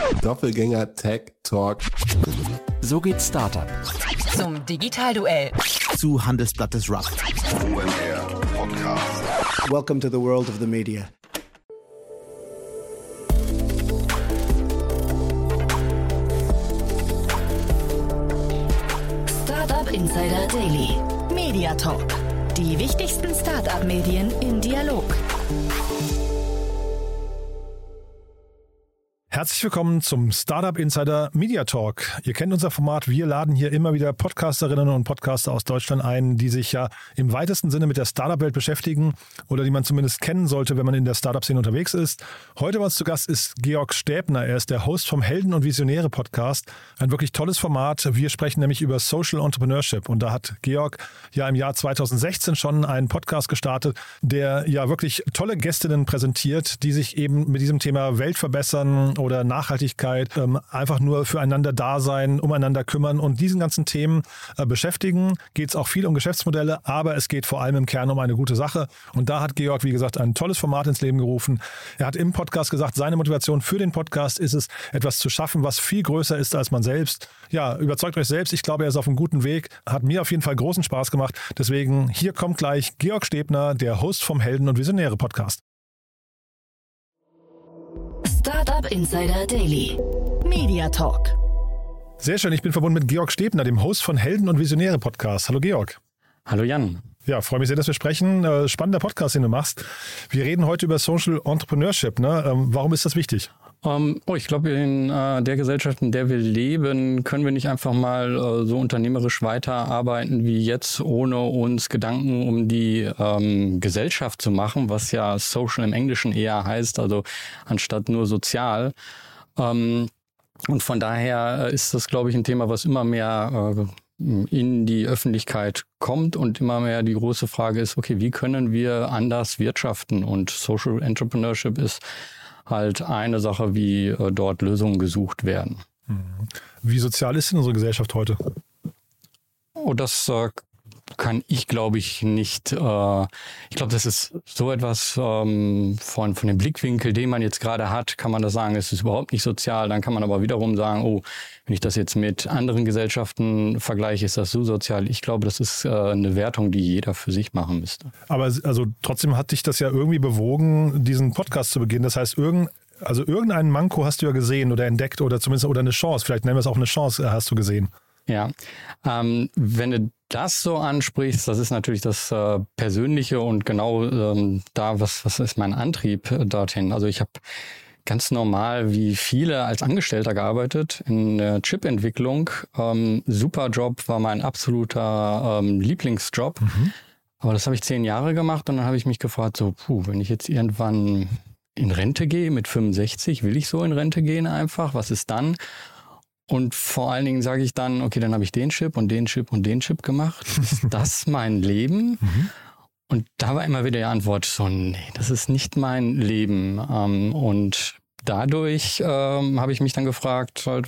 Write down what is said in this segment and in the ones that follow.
Doppelgänger Tech Talk. So geht Startup. Zum Digitalduell. Zu Handelsblatt Disrupt. OMR Podcast. Welcome to the world of the media. Startup Insider Daily. Media Talk. Die wichtigsten Startup-Medien im Dialog. Herzlich willkommen zum Startup Insider Media Talk. Ihr kennt unser Format. Wir laden hier immer wieder Podcasterinnen und Podcaster aus Deutschland ein, die sich ja im weitesten Sinne mit der Startup-Welt beschäftigen oder die man zumindest kennen sollte, wenn man in der Startup-Szene unterwegs ist. Heute bei uns zu Gast ist Georg Stäbner. Er ist der Host vom Helden und Visionäre Podcast. Ein wirklich tolles Format. Wir sprechen nämlich über Social Entrepreneurship. Und da hat Georg ja im Jahr 2016 schon einen Podcast gestartet, der ja wirklich tolle Gästinnen präsentiert, die sich eben mit diesem Thema Welt verbessern oder Nachhaltigkeit, einfach nur füreinander da sein, umeinander kümmern und diesen ganzen Themen beschäftigen. Geht es auch viel um Geschäftsmodelle, aber es geht vor allem im Kern um eine gute Sache. Und da hat Georg, wie gesagt, ein tolles Format ins Leben gerufen. Er hat im Podcast gesagt, seine Motivation für den Podcast ist es, etwas zu schaffen, was viel größer ist als man selbst. Ja, überzeugt euch selbst. Ich glaube, er ist auf einem guten Weg. Hat mir auf jeden Fall großen Spaß gemacht. Deswegen, hier kommt gleich Georg Stäbner, der Host vom Helden und Visionäre Podcast. Startup Insider Daily. Media Talk. Sehr schön, ich bin verbunden mit Georg Stäbner, dem Host von Helden und Visionäre Podcast. Hallo Georg. Hallo Jan. Ja, freue mich sehr, dass wir sprechen. Spannender Podcast, den du machst. Wir reden heute über Social Entrepreneurship. Ne? Warum ist das wichtig? Ich glaube, in der Gesellschaft, in der wir leben, können wir nicht einfach mal so unternehmerisch weiterarbeiten wie jetzt, ohne uns Gedanken um die Gesellschaft zu machen, was ja Social im Englischen eher heißt, also anstatt nur sozial. Und von daher ist das, glaube ich, ein Thema, was immer mehr in die Öffentlichkeit kommt und immer mehr die große Frage ist, okay, wie können wir anders wirtschaften? Und Social Entrepreneurship ist halt eine Sache, wie dort Lösungen gesucht werden. Wie sozial ist denn unsere Gesellschaft heute? Das kann ich, glaube ich, nicht. Ich glaube, das ist so etwas von dem Blickwinkel, den man jetzt gerade hat, kann man das sagen, es ist überhaupt nicht sozial. Dann kann man aber wiederum sagen, wenn ich das jetzt mit anderen Gesellschaften vergleiche, ist das so sozial. Ich glaube, das ist eine Wertung, die jeder für sich machen müsste. Aber also trotzdem hat dich das ja irgendwie bewogen, diesen Podcast zu beginnen. Das heißt, irgendeinen Manko hast du ja gesehen oder entdeckt oder zumindest oder eine Chance. Vielleicht nennen wir es auch eine Chance, hast du gesehen. Ja, wenn du das so ansprichst, das ist natürlich das Persönliche und genau was ist mein Antrieb dorthin? Also ich habe ganz normal wie viele als Angestellter gearbeitet in der Chip-Entwicklung. Super Job, war mein absoluter Lieblingsjob. Aber das habe ich 10 Jahre gemacht und dann habe ich mich gefragt, wenn ich jetzt irgendwann in Rente gehe mit 65, will ich so in Rente gehen einfach? Was ist dann? Und vor allen Dingen sage ich dann, okay, dann habe ich den Chip und den Chip und den Chip gemacht. Ist das mein Leben? Und da war immer wieder die Antwort so, nee, das ist nicht mein Leben. Und dadurch habe ich mich dann gefragt, halt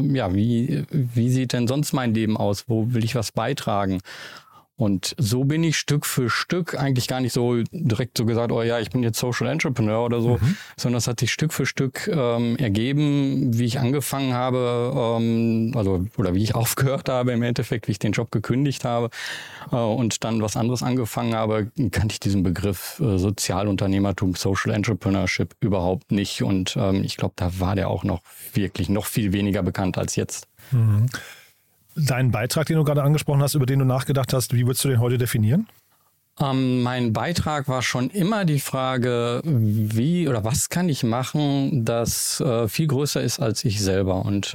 wie sieht denn sonst mein Leben aus? Wo will ich was beitragen? Und so bin ich Stück für Stück eigentlich gar nicht so direkt so gesagt, ich bin jetzt Social Entrepreneur oder so, sondern das hat sich Stück für Stück ergeben, wie ich angefangen habe, oder wie ich aufgehört habe im Endeffekt, wie ich den Job gekündigt habe und dann was anderes angefangen habe, kannte ich diesen Begriff Sozialunternehmertum, Social Entrepreneurship überhaupt nicht. Und ich glaube, da war der auch noch viel weniger bekannt als jetzt. Deinen Beitrag, den du gerade angesprochen hast, über den du nachgedacht hast, wie würdest du den heute definieren? Mein Beitrag war schon immer die Frage, wie oder was kann ich machen, das viel größer ist als ich selber. Und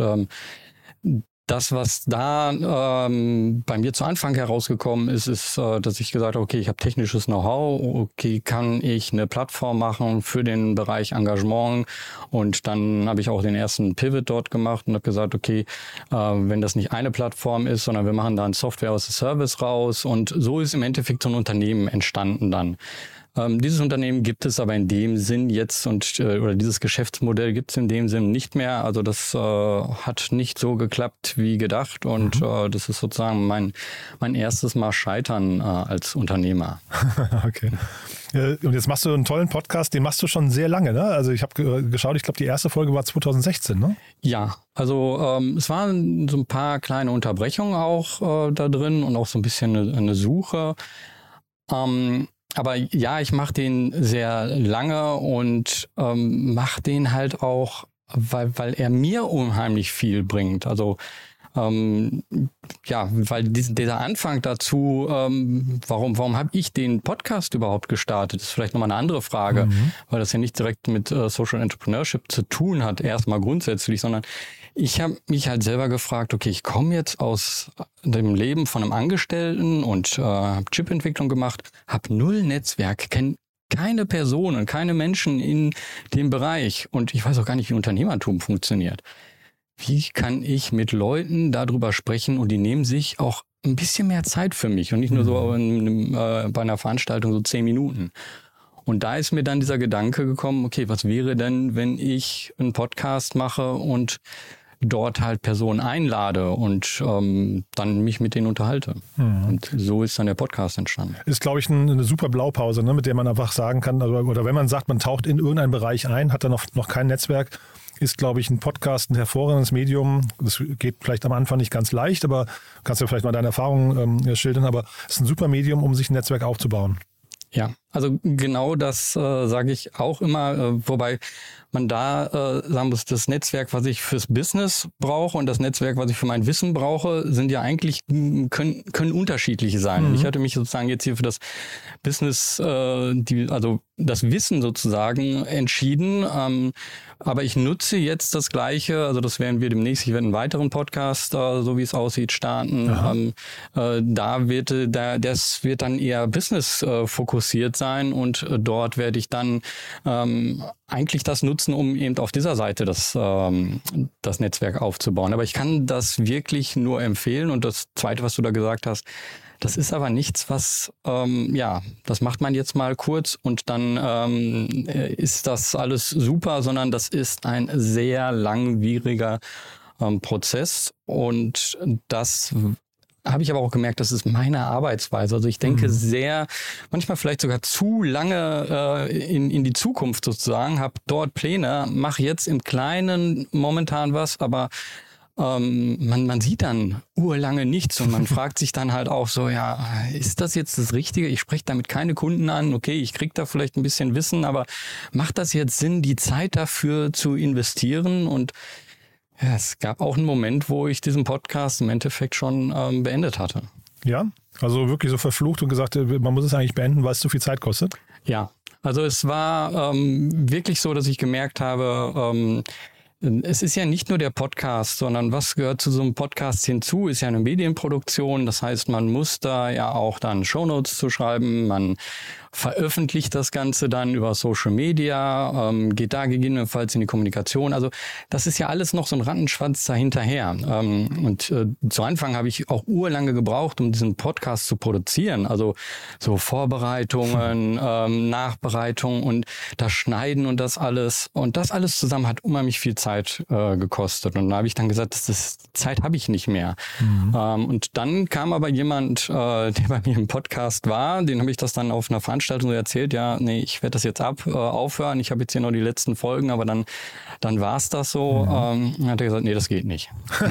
das, was da bei mir zu Anfang herausgekommen ist, dass ich gesagt habe, okay, ich habe technisches Know-how, okay, kann ich eine Plattform machen für den Bereich Engagement, und dann habe ich auch den ersten Pivot dort gemacht und habe gesagt, okay, wenn das nicht eine Plattform ist, sondern wir machen da ein Software as a Service raus, und so ist im Endeffekt so ein Unternehmen entstanden dann. Dieses Unternehmen gibt es aber in dem Sinn jetzt oder dieses Geschäftsmodell gibt es in dem Sinn nicht mehr. Also das hat nicht so geklappt wie gedacht und das ist sozusagen mein erstes Mal Scheitern als Unternehmer. Okay. Und jetzt machst du einen tollen Podcast, den machst du schon sehr lange, ne? Also ich habe geschaut, ich glaube die erste Folge war 2016, ne? Ja, also es waren so ein paar kleine Unterbrechungen auch da drin und auch so ein bisschen eine Suche. Aber ja, ich mache den sehr lange und mache den halt auch, weil er mir unheimlich viel bringt. Also weil dieser Anfang dazu, warum habe ich den Podcast überhaupt gestartet, ist vielleicht nochmal eine andere Frage, weil das ja nicht direkt mit Social Entrepreneurship zu tun hat, erstmal grundsätzlich, sondern ich habe mich halt selber gefragt, okay, ich komme jetzt aus dem Leben von einem Angestellten und habe Chipentwicklung gemacht, habe null Netzwerk, kenne keine Personen, keine Menschen in dem Bereich und ich weiß auch gar nicht, wie Unternehmertum funktioniert. Wie kann ich mit Leuten darüber sprechen und die nehmen sich auch ein bisschen mehr Zeit für mich und nicht nur so bei einer Veranstaltung so 10 Minuten. Und da ist mir dann dieser Gedanke gekommen, okay, was wäre denn, wenn ich einen Podcast mache und dort halt Personen einlade und dann mich mit denen unterhalte. Und so ist dann der Podcast entstanden. Ist, glaube ich, eine super Blaupause, ne, mit der man einfach sagen kann, oder wenn man sagt, man taucht in irgendeinen Bereich ein, hat da noch kein Netzwerk, ist, glaube ich, ein Podcast ein hervorragendes Medium. Das geht vielleicht am Anfang nicht ganz leicht, aber kannst du vielleicht mal deine Erfahrungen schildern, aber es ist ein super Medium, um sich ein Netzwerk aufzubauen. Ja, also genau das sage ich auch immer, wobei man da sagen muss, das Netzwerk, was ich fürs Business brauche und das Netzwerk, was ich für mein Wissen brauche, sind ja eigentlich, können unterschiedliche sein. Und ich hatte mich sozusagen jetzt hier für das Business, also das Wissen sozusagen entschieden, aber ich nutze jetzt das Gleiche, also das werden wir demnächst, ich werde einen weiteren Podcast, so wie es aussieht, starten. Das wird dann eher Business fokussiert sein und dort werde ich dann eigentlich das nutzen, um eben auf dieser Seite das Netzwerk aufzubauen. Aber ich kann das wirklich nur empfehlen und das Zweite, was du da gesagt hast, das ist aber nichts, was, das macht man jetzt mal kurz und dann ist das alles super, sondern das ist ein sehr langwieriger Prozess und das habe ich aber auch gemerkt, das ist meine Arbeitsweise. Also ich denke manchmal vielleicht sogar zu lange in die Zukunft sozusagen, habe dort Pläne, mache jetzt im Kleinen momentan was, aber man sieht dann urlange nichts und man fragt sich dann halt auch so, ja, ist das jetzt das Richtige? Ich spreche damit keine Kunden an, okay, ich kriege da vielleicht ein bisschen Wissen, aber macht das jetzt Sinn, die Zeit dafür zu investieren? Und ja, es gab auch einen Moment, wo ich diesen Podcast im Endeffekt schon beendet hatte. Ja, also wirklich so verflucht und gesagt, man muss es eigentlich beenden, weil es zu viel Zeit kostet? Ja, also es war wirklich so, dass ich gemerkt habe, es ist ja nicht nur der Podcast, sondern was gehört zu so einem Podcast hinzu, ist ja eine Medienproduktion. Das heißt, man muss da ja auch dann Shownotes zu schreiben, man veröffentlicht das Ganze dann über Social Media, geht da gegebenenfalls in die Kommunikation. Also das ist ja alles noch so ein Rattenschwanz dahinterher. Zu Anfang habe ich auch urlange gebraucht, um diesen Podcast zu produzieren. Also so Vorbereitungen, Nachbereitungen und das Schneiden und das alles. Und das alles zusammen hat unheimlich viel Zeit gekostet. Und da habe ich dann gesagt, Zeit habe ich nicht mehr. Und dann kam aber jemand, der bei mir im Podcast war, den habe ich das dann auf einer Veranstaltung so erzählt, ja, nee, ich werde das jetzt aufhören, ich habe jetzt hier noch die letzten Folgen, aber dann war es das so. Dann hat er gesagt, nee, das geht nicht.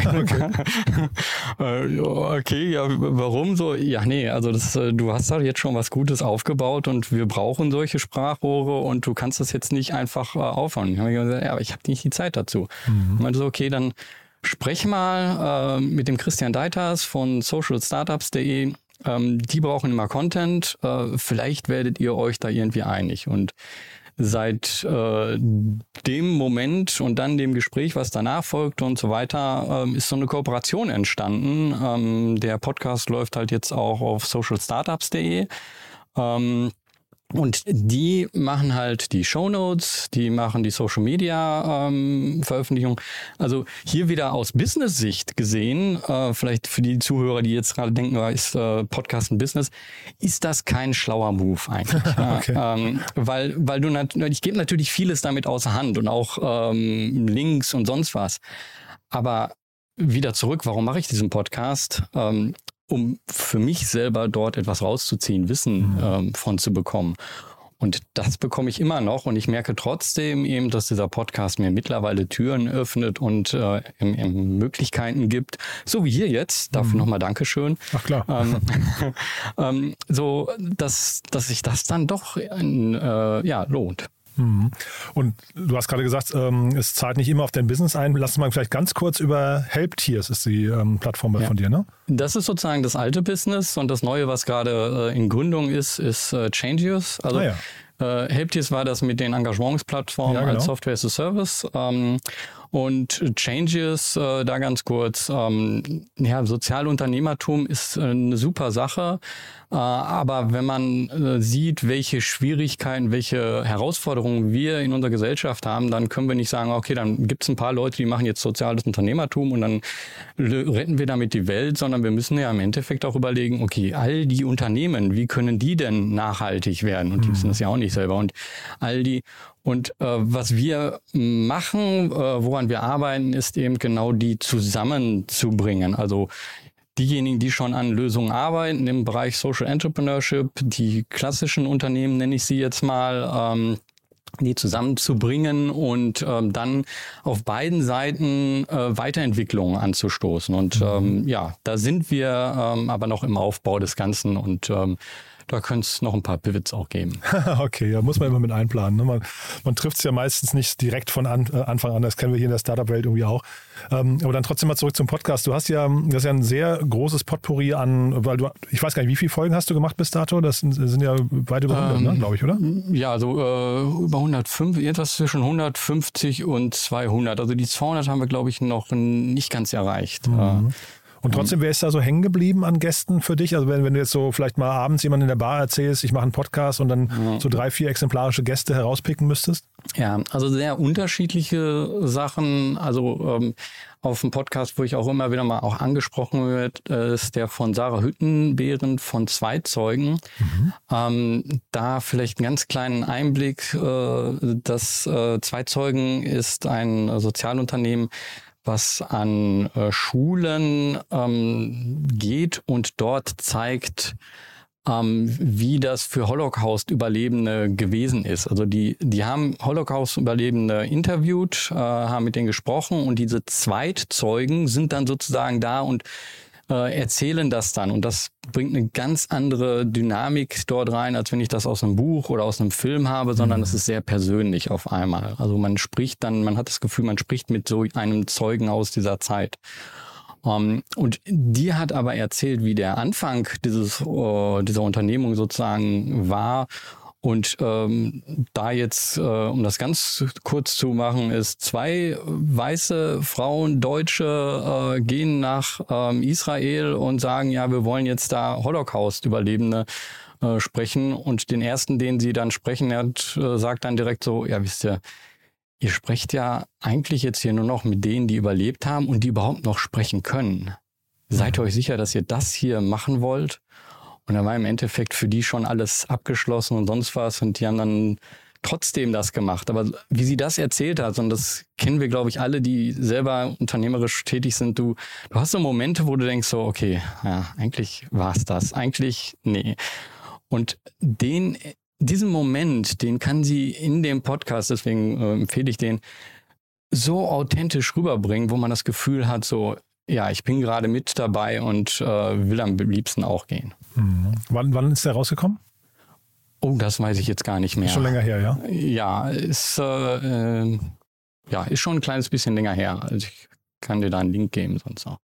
Okay, ja, warum so? Ja, nee, also du hast da jetzt schon was Gutes aufgebaut und wir brauchen solche Sprachrohre und du kannst das jetzt nicht einfach aufhören. Dann habe ich gesagt, ja, aber ich habe nicht die Zeit dazu. Ich meinte so, okay, dann sprech mal mit dem Christian Deiters von socialstartups.de. Die brauchen immer Content. Vielleicht werdet ihr euch da irgendwie einig. Und seit dem Moment und dann dem Gespräch, was danach folgte und so weiter, ist so eine Kooperation entstanden. Der Podcast läuft halt jetzt auch auf socialstartups.de. Und die machen halt die Shownotes, die machen die Social-Media-Veröffentlichung. Also hier wieder aus Business-Sicht gesehen, vielleicht für die Zuhörer, die jetzt gerade denken, ist Podcast ein Business, ist das kein schlauer Move eigentlich. Okay. Weil ich gebe natürlich vieles damit außer Hand und auch Links und sonst was. Aber wieder zurück, warum mache ich diesen Podcast? Um für mich selber dort etwas rauszuziehen, Wissen von zu bekommen. Und das bekomme ich immer noch. Und ich merke trotzdem eben, dass dieser Podcast mir mittlerweile Türen öffnet und Möglichkeiten gibt. So wie hier jetzt. Dafür nochmal Dankeschön. Ach klar. So, dass sich das dann doch lohnt. Und du hast gerade gesagt, es zahlt nicht immer auf dein Business ein. Lass uns mal vielleicht ganz kurz über Helptiers, ist die Plattform von dir, ne? Das ist sozusagen das alte Business und das neue, was gerade in Gründung ist Changius. Also Helptiers war das mit den Engagementsplattformen als Software as a Service. Und Changius, da ganz kurz, Sozialunternehmertum ist eine super Sache, aber wenn man sieht, welche Schwierigkeiten, welche Herausforderungen wir in unserer Gesellschaft haben, dann können wir nicht sagen, okay, dann gibt es ein paar Leute, die machen jetzt soziales Unternehmertum und dann retten wir damit die Welt, sondern wir müssen ja im Endeffekt auch überlegen, okay, all die Unternehmen, wie können die denn nachhaltig werden? Und die wissen das ja auch nicht selber. Und was wir machen, woran wir arbeiten, ist eben genau die zusammenzubringen. Also diejenigen, die schon an Lösungen arbeiten im Bereich Social Entrepreneurship, die klassischen Unternehmen, nenne ich sie jetzt mal, die zusammenzubringen und dann auf beiden Seiten Weiterentwicklungen anzustoßen. Und da sind wir aber noch im Aufbau des Ganzen und da könnte es noch ein paar Pivots auch geben. Okay, ja, muss man immer mit einplanen. Ne? Man trifft es ja meistens nicht direkt von Anfang an. Das kennen wir hier in der Startup-Welt irgendwie auch. Aber dann trotzdem mal zurück zum Podcast. Das ist ja ein sehr großes Potpourri an, weil ich weiß gar nicht, wie viele Folgen hast du gemacht bis dato? Das sind ja weit über 100, ne, glaube ich, oder? Ja, also über 105, etwas zwischen 150 und 200. Also die 200 haben wir, glaube ich, noch nicht ganz erreicht. Und trotzdem, wer ist da so hängen geblieben an Gästen für dich? Also wenn du jetzt so vielleicht mal abends jemand in der Bar erzählst, ich mache einen Podcast und dann so 3-4 exemplarische Gäste herauspicken müsstest? Ja, also sehr unterschiedliche Sachen. Also auf dem Podcast, wo ich auch immer wieder mal auch angesprochen wird, ist der von Sarah Hüttenbeeren von Zweizeugen. Da vielleicht einen ganz kleinen Einblick. Das Zweizeugen ist ein Sozialunternehmen, was an Schulen geht und dort zeigt, wie das für Holocaust-Überlebende gewesen ist. Also die haben Holocaust-Überlebende interviewt, haben mit denen gesprochen und diese Zweitzeugen sind dann sozusagen da und erzählen das dann. Und das bringt eine ganz andere Dynamik dort rein, als wenn ich das aus einem Buch oder aus einem Film habe, sondern es ist sehr persönlich auf einmal. Also man hat das Gefühl, man spricht mit so einem Zeugen aus dieser Zeit. Und die hat aber erzählt, wie der Anfang dieser Unternehmung sozusagen war. Und da jetzt, um das ganz kurz zu machen, ist 2 weiße Frauen, Deutsche, gehen nach Israel und sagen, ja, wir wollen jetzt da Holocaust-Überlebende sprechen. Und den ersten, den sie dann sprechen, sagt dann direkt so, ja, wisst ihr, ihr sprecht ja eigentlich jetzt hier nur noch mit denen, die überlebt haben und die überhaupt noch sprechen können. Seid ihr euch sicher, dass ihr das hier machen wollt? Und dann war im Endeffekt für die schon alles abgeschlossen und sonst was. Und die haben dann trotzdem das gemacht. Aber wie sie das erzählt hat, und das kennen wir, glaube ich, alle, die selber unternehmerisch tätig sind, du hast so Momente, wo du denkst so, okay, ja, eigentlich war es das. Eigentlich, nee. Und diesen Moment, den kann sie in dem Podcast, deswegen empfehle ich den, so authentisch rüberbringen, wo man das Gefühl hat, so, ja, ich bin gerade mit dabei und will am liebsten auch gehen. Wann ist der rausgekommen? Oh, das weiß ich jetzt gar nicht mehr. Ist schon länger her, ja? Ja, ist schon ein kleines bisschen länger her. Also ich kann dir da einen Link geben, sonst auch.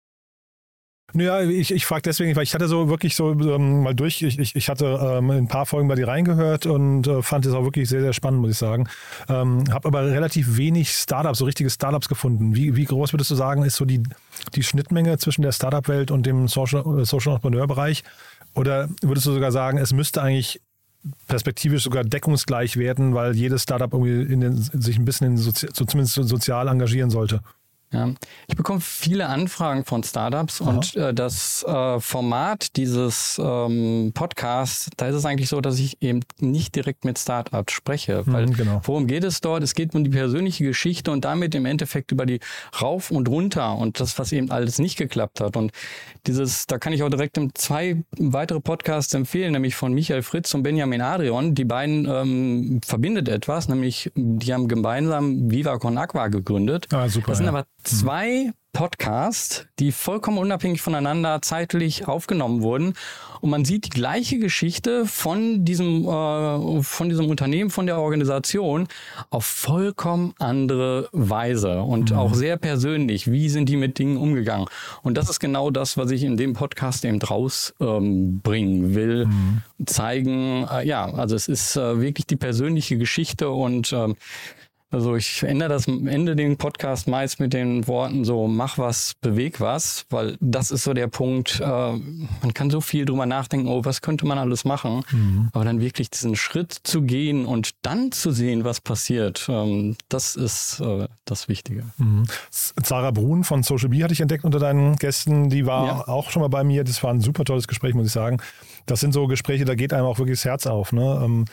Ja, ich frage deswegen, weil ich hatte so wirklich so mal durch, ich hatte ein paar Folgen bei dir reingehört und fand es auch wirklich sehr, sehr spannend, muss ich sagen. Habe aber relativ wenig Startups, so richtige Startups gefunden. Wie groß würdest du sagen, ist so die Schnittmenge zwischen der Startup-Welt und dem Social Entrepreneur-Bereich? Oder würdest du sogar sagen, es müsste eigentlich perspektivisch sogar deckungsgleich werden, weil jedes Startup irgendwie sich ein bisschen zumindest sozial engagieren sollte. Ja. Ich bekomme viele Anfragen von Startups und das Format dieses Podcasts, da ist es eigentlich so, dass ich eben nicht direkt mit Startups spreche. Weil worum geht es dort? Es geht um die persönliche Geschichte und damit im Endeffekt über die Rauf und runter und das, was eben alles nicht geklappt hat. Und da kann ich auch direkt 2 weitere Podcasts empfehlen, nämlich von Michael Fritz und Benjamin Adrian. Die beiden verbindet etwas, nämlich die haben gemeinsam Viva Con Aqua gegründet. Ah, super, das sind aber 2 Podcasts, die vollkommen unabhängig voneinander zeitlich aufgenommen wurden. Und man sieht die gleiche Geschichte von diesem Unternehmen, von der Organisation auf vollkommen andere Weise und auch sehr persönlich. Wie sind die mit Dingen umgegangen? Und das ist genau das, was ich in dem Podcast eben rausbringen will. Zeigen, also es ist wirklich die persönliche Geschichte und also ich ändere am Ende den Podcast meist mit den Worten so, mach was, beweg was, weil das ist so der Punkt, man kann so viel drüber nachdenken, was könnte man alles machen, aber dann wirklich diesen Schritt zu gehen und dann zu sehen, was passiert, das ist das Wichtige. Sarah Brun von Social Bee hatte ich entdeckt unter deinen Gästen, die war auch schon mal bei mir, das war ein super tolles Gespräch, muss ich sagen. Das sind so Gespräche, da geht einem auch wirklich das Herz auf, ne?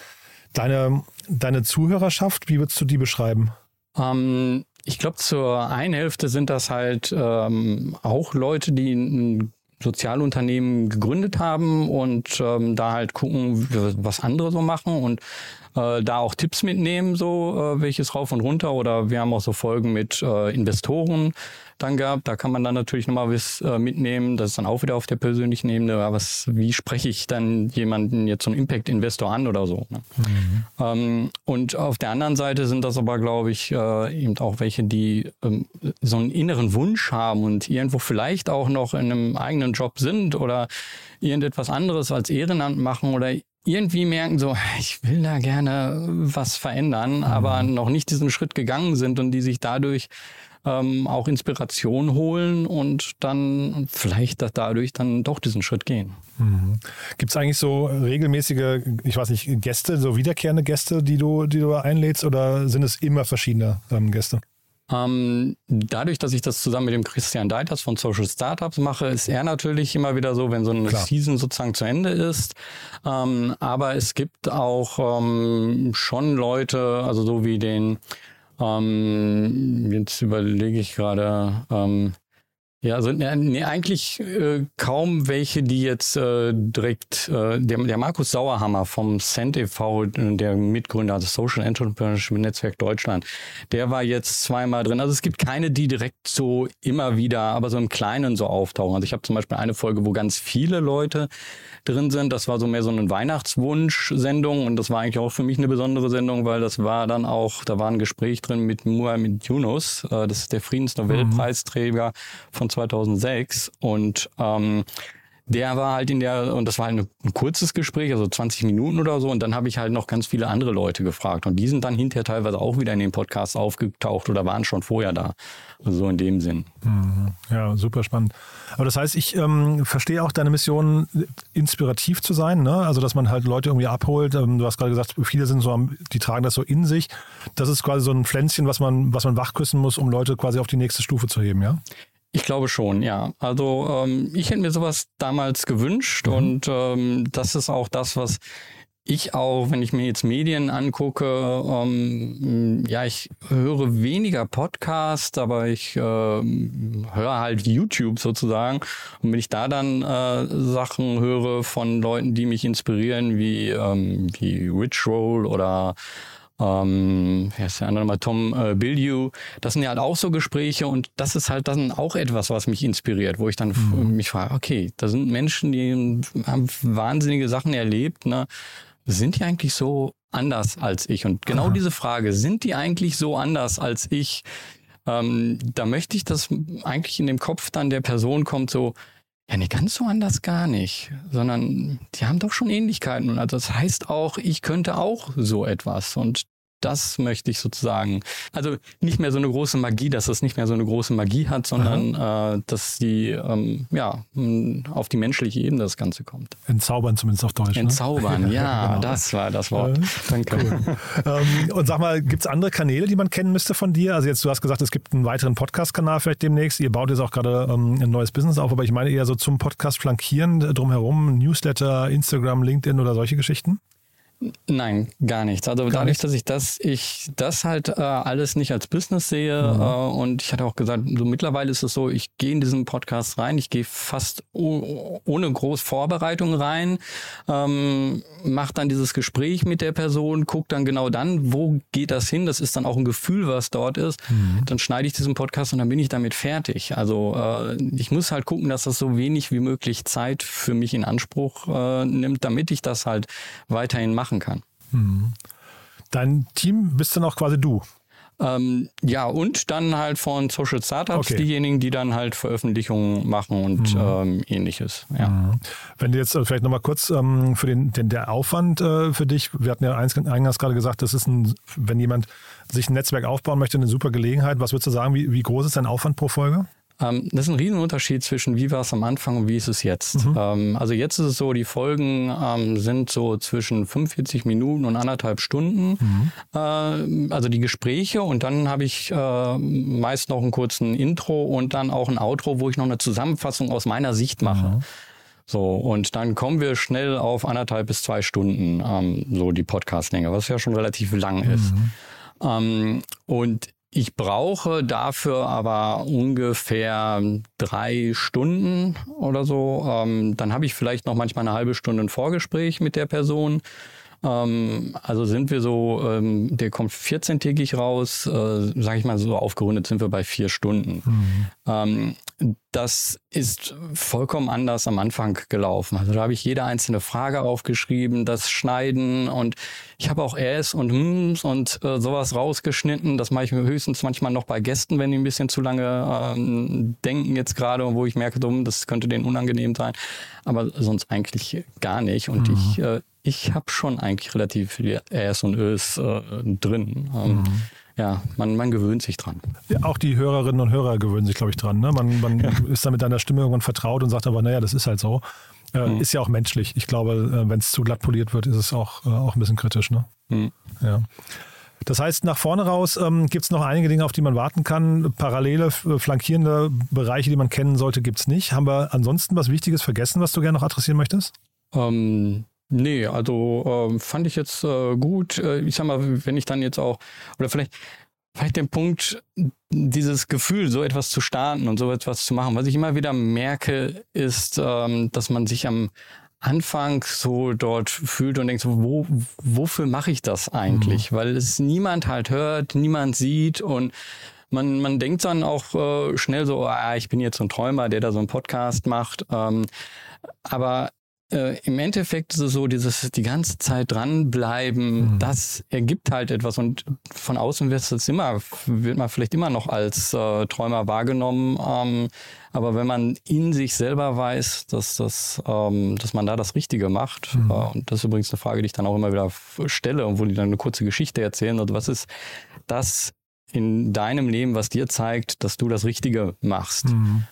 Deine Zuhörerschaft, wie würdest du die beschreiben? Ich glaube, zur einen Hälfte sind das halt auch Leute, die ein Sozialunternehmen gegründet haben und da halt gucken, was andere so machen und da auch Tipps mitnehmen, so welches rauf und runter. Oder wir haben auch so Folgen mit Investoren dann gehabt. Da kann man dann natürlich nochmal was mitnehmen. Das ist dann auch wieder auf der persönlichen Ebene. Aber wie spreche ich dann jemanden jetzt so einen Impact-Investor an oder so? Ne? Und auf der anderen Seite sind das aber, glaube ich, eben auch welche, die so einen inneren Wunsch haben und irgendwo vielleicht auch noch in einem eigenen Job sind oder irgendetwas anderes als Ehrenamt machen oder irgendwie merken so, ich will da gerne was verändern, aber noch nicht diesen Schritt gegangen sind und die sich dadurch auch Inspiration holen und dann vielleicht dadurch dann doch diesen Schritt gehen. Gibt es eigentlich so regelmäßige, ich weiß nicht, Gäste, so wiederkehrende Gäste, die du einlädst oder sind es immer verschiedene Gäste? Dadurch, dass ich das zusammen mit dem Christian Deiters von Social Startups mache, ist er natürlich immer wieder so, wenn so eine Season sozusagen zu Ende ist. Aber es gibt auch schon Leute, also so wie den, jetzt überlege ich gerade, eigentlich kaum welche, die jetzt direkt, der Markus Sauerhammer vom Cent e.V., der Mitgründer des Social Entrepreneurship Netzwerk Deutschland, der war jetzt 2-mal drin. Also es gibt keine, die direkt so immer wieder, aber so im Kleinen so auftauchen. Also ich habe zum Beispiel eine Folge, wo ganz viele Leute drin sind. Das war so mehr so eine Weihnachtswunsch-Sendung und das war eigentlich auch für mich eine besondere Sendung, weil das war dann auch, da war ein Gespräch drin mit Muhammad Yunus, das ist der Friedensnobelpreisträger von 2006 und der war halt und das war halt ein kurzes Gespräch, also 20 Minuten oder so und dann habe ich halt noch ganz viele andere Leute gefragt und die sind dann hinterher teilweise auch wieder in den Podcasts aufgetaucht oder waren schon vorher da, also so in dem Sinn. Ja, super spannend. Aber das heißt, ich verstehe auch deine Mission, inspirativ zu sein, ne? Also dass man halt Leute irgendwie abholt. Du hast gerade gesagt, viele sind so, die tragen das so in sich. Das ist quasi so ein Pflänzchen, was man wachküssen muss, um Leute quasi auf die nächste Stufe zu heben, ja? Ich glaube schon, ja. Also ich hätte mir sowas damals gewünscht und das ist auch das, was ich auch, wenn ich mir jetzt Medien angucke, ich höre weniger Podcasts, aber ich höre halt YouTube sozusagen. Und wenn ich da dann Sachen höre von Leuten, die mich inspirieren, wie Rich Roll oder wer ist der andere mal, Tom Bilyeu, das sind ja halt auch so Gespräche und das ist halt dann auch etwas, was mich inspiriert, wo ich dann mich frage, okay, da sind Menschen, die haben wahnsinnige Sachen erlebt, ne? Sind die eigentlich so anders als ich? Und genau diese Frage, sind die eigentlich so anders als ich? Da möchte ich, dass eigentlich in dem Kopf dann der Person kommt so, ja, nicht ganz so anders gar nicht, sondern die haben doch schon Ähnlichkeiten. Und also das heißt auch, ich könnte auch so etwas. Und das möchte ich sozusagen, also nicht mehr so eine große Magie, dass das nicht mehr so eine große Magie hat, sondern dass die auf die menschliche Ebene das Ganze kommt. Entzaubern zumindest auf Deutsch. Entzaubern, ne? ja, Genau. Das war das Wort. Danke. Cool. Und sag mal, gibt es andere Kanäle, die man kennen müsste von dir? Also jetzt, du hast gesagt, es gibt einen weiteren Podcast-Kanal vielleicht demnächst. Ihr baut jetzt auch gerade ein neues Business auf, aber ich meine eher so zum Podcast flankieren drumherum, Newsletter, Instagram, LinkedIn oder solche Geschichten? Nein, gar nichts. Also dadurch, dass ich das halt alles nicht als Business sehe und ich hatte auch gesagt, so mittlerweile ist es so, ich gehe in diesen Podcast rein, ich gehe fast ohne groß Vorbereitung rein, mache dann dieses Gespräch mit der Person, gucke dann genau dann, wo geht das hin, das ist dann auch ein Gefühl, was dort ist, dann schneide ich diesen Podcast und dann bin ich damit fertig. Also ich muss halt gucken, dass das so wenig wie möglich Zeit für mich in Anspruch nimmt, damit ich das halt weiterhin machen kann. Dein Team bist dann auch quasi du? Ja, und dann halt von Social Startups diejenigen, die dann halt Veröffentlichungen machen und ähnliches. Ja. Wenn du jetzt vielleicht nochmal kurz für der Aufwand für dich, wir hatten ja eingangs gerade gesagt, das ist wenn jemand sich ein Netzwerk aufbauen möchte, eine super Gelegenheit. Was würdest du sagen, wie groß ist dein Aufwand pro Folge? Das ist ein Riesenunterschied zwischen wie war es am Anfang und wie ist es jetzt. Also jetzt ist es so, die Folgen sind so zwischen 45 Minuten und 1,5 Stunden. Also die Gespräche und dann habe ich meist noch einen kurzen Intro und dann auch ein Outro, wo ich noch eine Zusammenfassung aus meiner Sicht mache. So, und dann kommen wir schnell auf 1,5 bis 2 Stunden, so die Podcastlänge, was ja schon relativ lang ist. Und ich brauche dafür aber ungefähr 3 Stunden oder so. Dann habe ich vielleicht noch manchmal eine halbe Stunde ein Vorgespräch mit der Person. Also sind wir so, der kommt 14-tägig raus, sage ich mal so aufgerundet sind wir bei 4 Stunden. Das ist vollkommen anders am Anfang gelaufen. Also da habe ich jede einzelne Frage aufgeschrieben, das Schneiden und ich habe auch und sowas rausgeschnitten. Das mache ich mir höchstens manchmal noch bei Gästen, wenn die ein bisschen zu lange denken jetzt gerade und wo ich merke, das könnte denen unangenehm sein. Aber sonst eigentlich gar nicht. Und ich habe schon eigentlich relativ viel und Ös drin. Ja, man gewöhnt sich dran. Ja, auch die Hörerinnen und Hörer gewöhnen sich, glaube ich, dran. Ne? Man ist dann mit deiner Stimme irgendwann vertraut und sagt aber, naja, das ist halt so. Ist ja auch menschlich. Ich glaube, wenn es zu glatt poliert wird, ist es auch ein bisschen kritisch. Ne? Ja. Das heißt, nach vorne raus gibt es noch einige Dinge, auf die man warten kann. Parallele, flankierende Bereiche, die man kennen sollte, gibt es nicht. Haben wir ansonsten was Wichtiges vergessen, was du gerne noch adressieren möchtest? Nee, also fand ich jetzt gut. Ich sag mal, wenn ich dann jetzt auch, oder vielleicht den Punkt, dieses Gefühl, so etwas zu starten und so etwas zu machen. Was ich immer wieder merke, ist, dass man sich am Anfang so dort fühlt und denkt, so, wofür mache ich das eigentlich? Weil es niemand halt hört, niemand sieht und man denkt dann auch schnell so, ich bin jetzt so ein Träumer, der da so einen Podcast macht. Aber im Endeffekt ist es so, die ganze Zeit dranbleiben, das ergibt halt etwas und von außen wird man vielleicht immer noch als Träumer wahrgenommen, aber wenn man in sich selber weiß, dass man da das Richtige macht, und das ist übrigens eine Frage, die ich dann auch immer wieder stelle und wo die dann eine kurze Geschichte erzählen, also was ist das in deinem Leben, was dir zeigt, dass du das Richtige machst?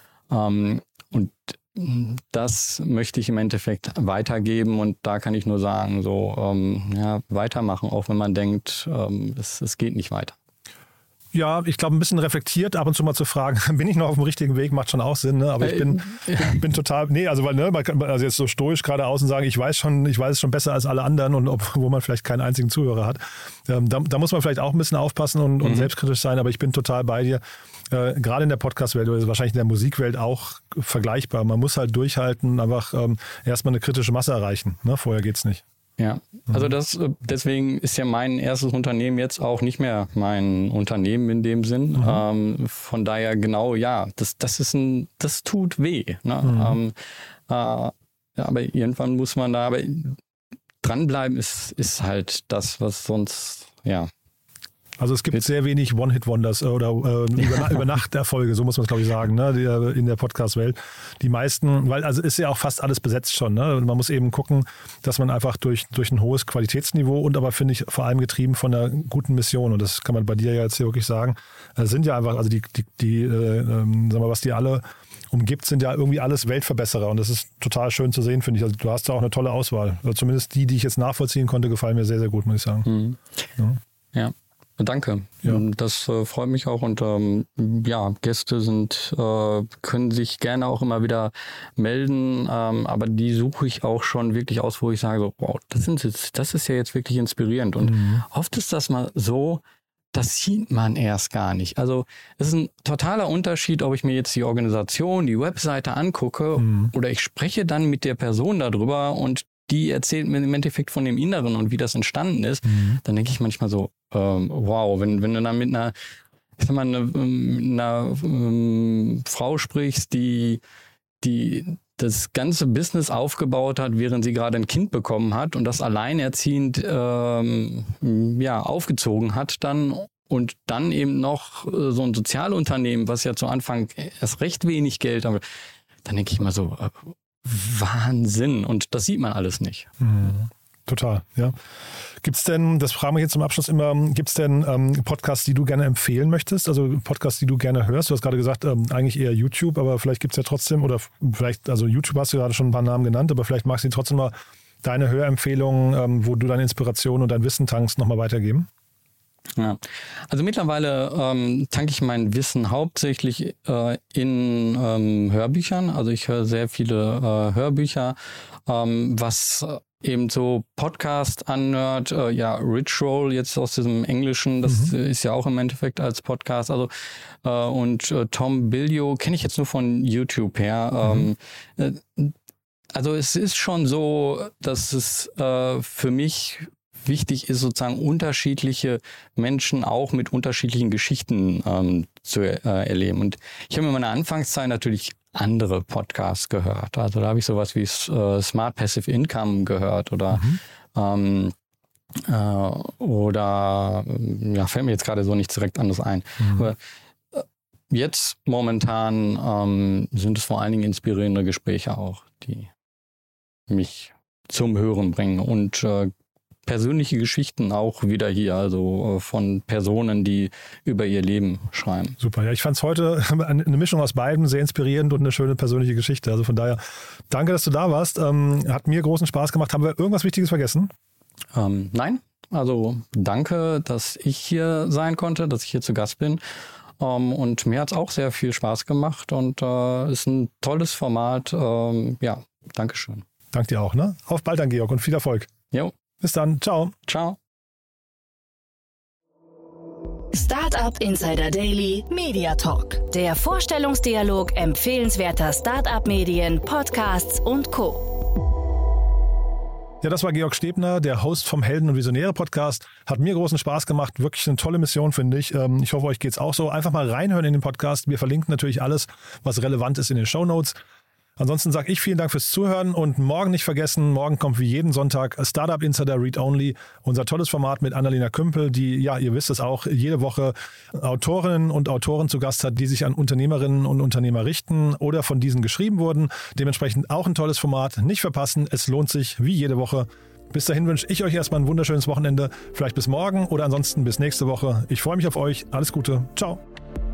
Und das möchte ich im Endeffekt weitergeben und da kann ich nur sagen, so weitermachen, auch wenn man denkt, es geht nicht weiter. Ja, ich glaube, ein bisschen reflektiert, ab und zu mal zu fragen, bin ich noch auf dem richtigen Weg, macht schon auch Sinn, ne? Aber ich bin total, man kann also jetzt so stoisch geradeaus und sagen, ich weiß es schon besser als alle anderen und wo man vielleicht keinen einzigen Zuhörer hat. Da muss man vielleicht auch ein bisschen aufpassen und selbstkritisch sein, aber ich bin total bei dir. Gerade in der Podcast-Welt oder wahrscheinlich in der Musikwelt auch vergleichbar. Man muss halt durchhalten, einfach erstmal eine kritische Masse erreichen. Ne? Vorher geht's nicht. Ja, also deswegen ist ja mein erstes Unternehmen jetzt auch nicht mehr mein Unternehmen in dem Sinn. Von daher genau, ja, das tut weh. Ne? Aber irgendwann muss man da, aber dranbleiben ist halt das, was sonst, ja. Also es gibt sehr wenig One-Hit-Wonders oder Über-Nacht-Erfolge, so muss man es, glaube ich, sagen, ne, in der Podcast-Welt. Die meisten, weil also ist ja auch fast alles besetzt schon. Ne? Man muss eben gucken, dass man einfach durch ein hohes Qualitätsniveau und aber, finde ich, vor allem getrieben von einer guten Mission, und das kann man bei dir ja jetzt hier wirklich sagen, sind ja einfach, also sagen wir, was die alle umgibt, sind ja irgendwie alles Weltverbesserer, und das ist total schön zu sehen, finde ich. Also du hast da auch eine tolle Auswahl. Also zumindest die ich jetzt nachvollziehen konnte, gefallen mir sehr, sehr gut, muss ich sagen. Ja. Danke. Ja. Das freut mich auch, und Gäste können sich gerne auch immer wieder melden, aber die suche ich auch schon wirklich aus, wo ich sage, so, wow, das ist ja jetzt wirklich inspirierend, und oft ist das mal so, das sieht man erst gar nicht. Also es ist ein totaler Unterschied, ob ich mir jetzt die Organisation, die Webseite angucke oder ich spreche dann mit der Person darüber und die erzählt mir im Endeffekt von dem Inneren und wie das entstanden ist. Dann denke ich manchmal so, wow, wenn du dann mit einer Frau sprichst, die das ganze Business aufgebaut hat, während sie gerade ein Kind bekommen hat und das alleinerziehend aufgezogen hat dann, und dann eben noch so ein Sozialunternehmen, was ja zu Anfang erst recht wenig Geld hat, dann denke ich mal so, Wahnsinn, und das sieht man alles nicht. Total, ja. Gibt's denn, das fragen wir jetzt zum Abschluss immer, gibt's denn Podcasts, die du gerne empfehlen möchtest? Also Podcasts, die du gerne hörst? Du hast gerade gesagt, eigentlich eher YouTube, aber vielleicht gibt's ja trotzdem, oder vielleicht, also YouTube hast du gerade schon ein paar Namen genannt, aber vielleicht magst du trotzdem mal deine Hörempfehlungen, wo du deine Inspiration und dein Wissen tankst, nochmal weitergeben. Ja, also mittlerweile tanke ich mein Wissen hauptsächlich in Hörbüchern. Also ich höre sehr viele Hörbücher, was eben so Podcast anhört. Rich Roll jetzt aus diesem Englischen, das ist ja auch im Endeffekt als Podcast. Also und Tom Bilyeu kenne ich jetzt nur von YouTube her. Also es ist schon so, dass es für mich wichtig ist, sozusagen unterschiedliche Menschen auch mit unterschiedlichen Geschichten zu erleben. Und ich habe in meiner Anfangszeit natürlich andere Podcasts gehört. Also da habe ich sowas wie Smart Passive Income gehört oder fällt mir jetzt gerade so nicht direkt anderes ein. Aber jetzt momentan sind es vor allen Dingen inspirierende Gespräche auch, die mich zum Hören bringen, und persönliche Geschichten auch wieder hier, also von Personen, die über ihr Leben schreiben. Super, ja, ich fand es heute eine Mischung aus beiden, sehr inspirierend und eine schöne persönliche Geschichte. Also von daher, danke, dass du da warst. Hat mir großen Spaß gemacht. Haben wir irgendwas Wichtiges vergessen? Nein, also danke, dass ich hier sein konnte, dass ich hier zu Gast bin. Und mir hat es auch sehr viel Spaß gemacht, und ist ein tolles Format. Dankeschön. Danke dir auch, ne? Auf bald dann, Georg, und viel Erfolg. Jo. Bis dann. Ciao. Ciao. Startup Insider Daily Media Talk. Der Vorstellungsdialog empfehlenswerter Startup-Medien, Podcasts und Co. Ja, das war Georg Stebner, der Host vom Helden- und Visionäre-Podcast. Hat mir großen Spaß gemacht. Wirklich eine tolle Mission, finde ich. Ich hoffe, euch geht's auch so. Einfach mal reinhören in den Podcast. Wir verlinken natürlich alles, was relevant ist, in den Shownotes. Ansonsten sage ich vielen Dank fürs Zuhören, und morgen nicht vergessen, morgen kommt wie jeden Sonntag Startup Insider Read Only, unser tolles Format mit Annalena Kümpel, die, ja, ihr wisst es auch, jede Woche Autorinnen und Autoren zu Gast hat, die sich an Unternehmerinnen und Unternehmer richten oder von diesen geschrieben wurden. Dementsprechend auch ein tolles Format. Nicht verpassen, es lohnt sich wie jede Woche. Bis dahin wünsche ich euch erstmal ein wunderschönes Wochenende. Vielleicht bis morgen oder ansonsten bis nächste Woche. Ich freue mich auf euch. Alles Gute. Ciao.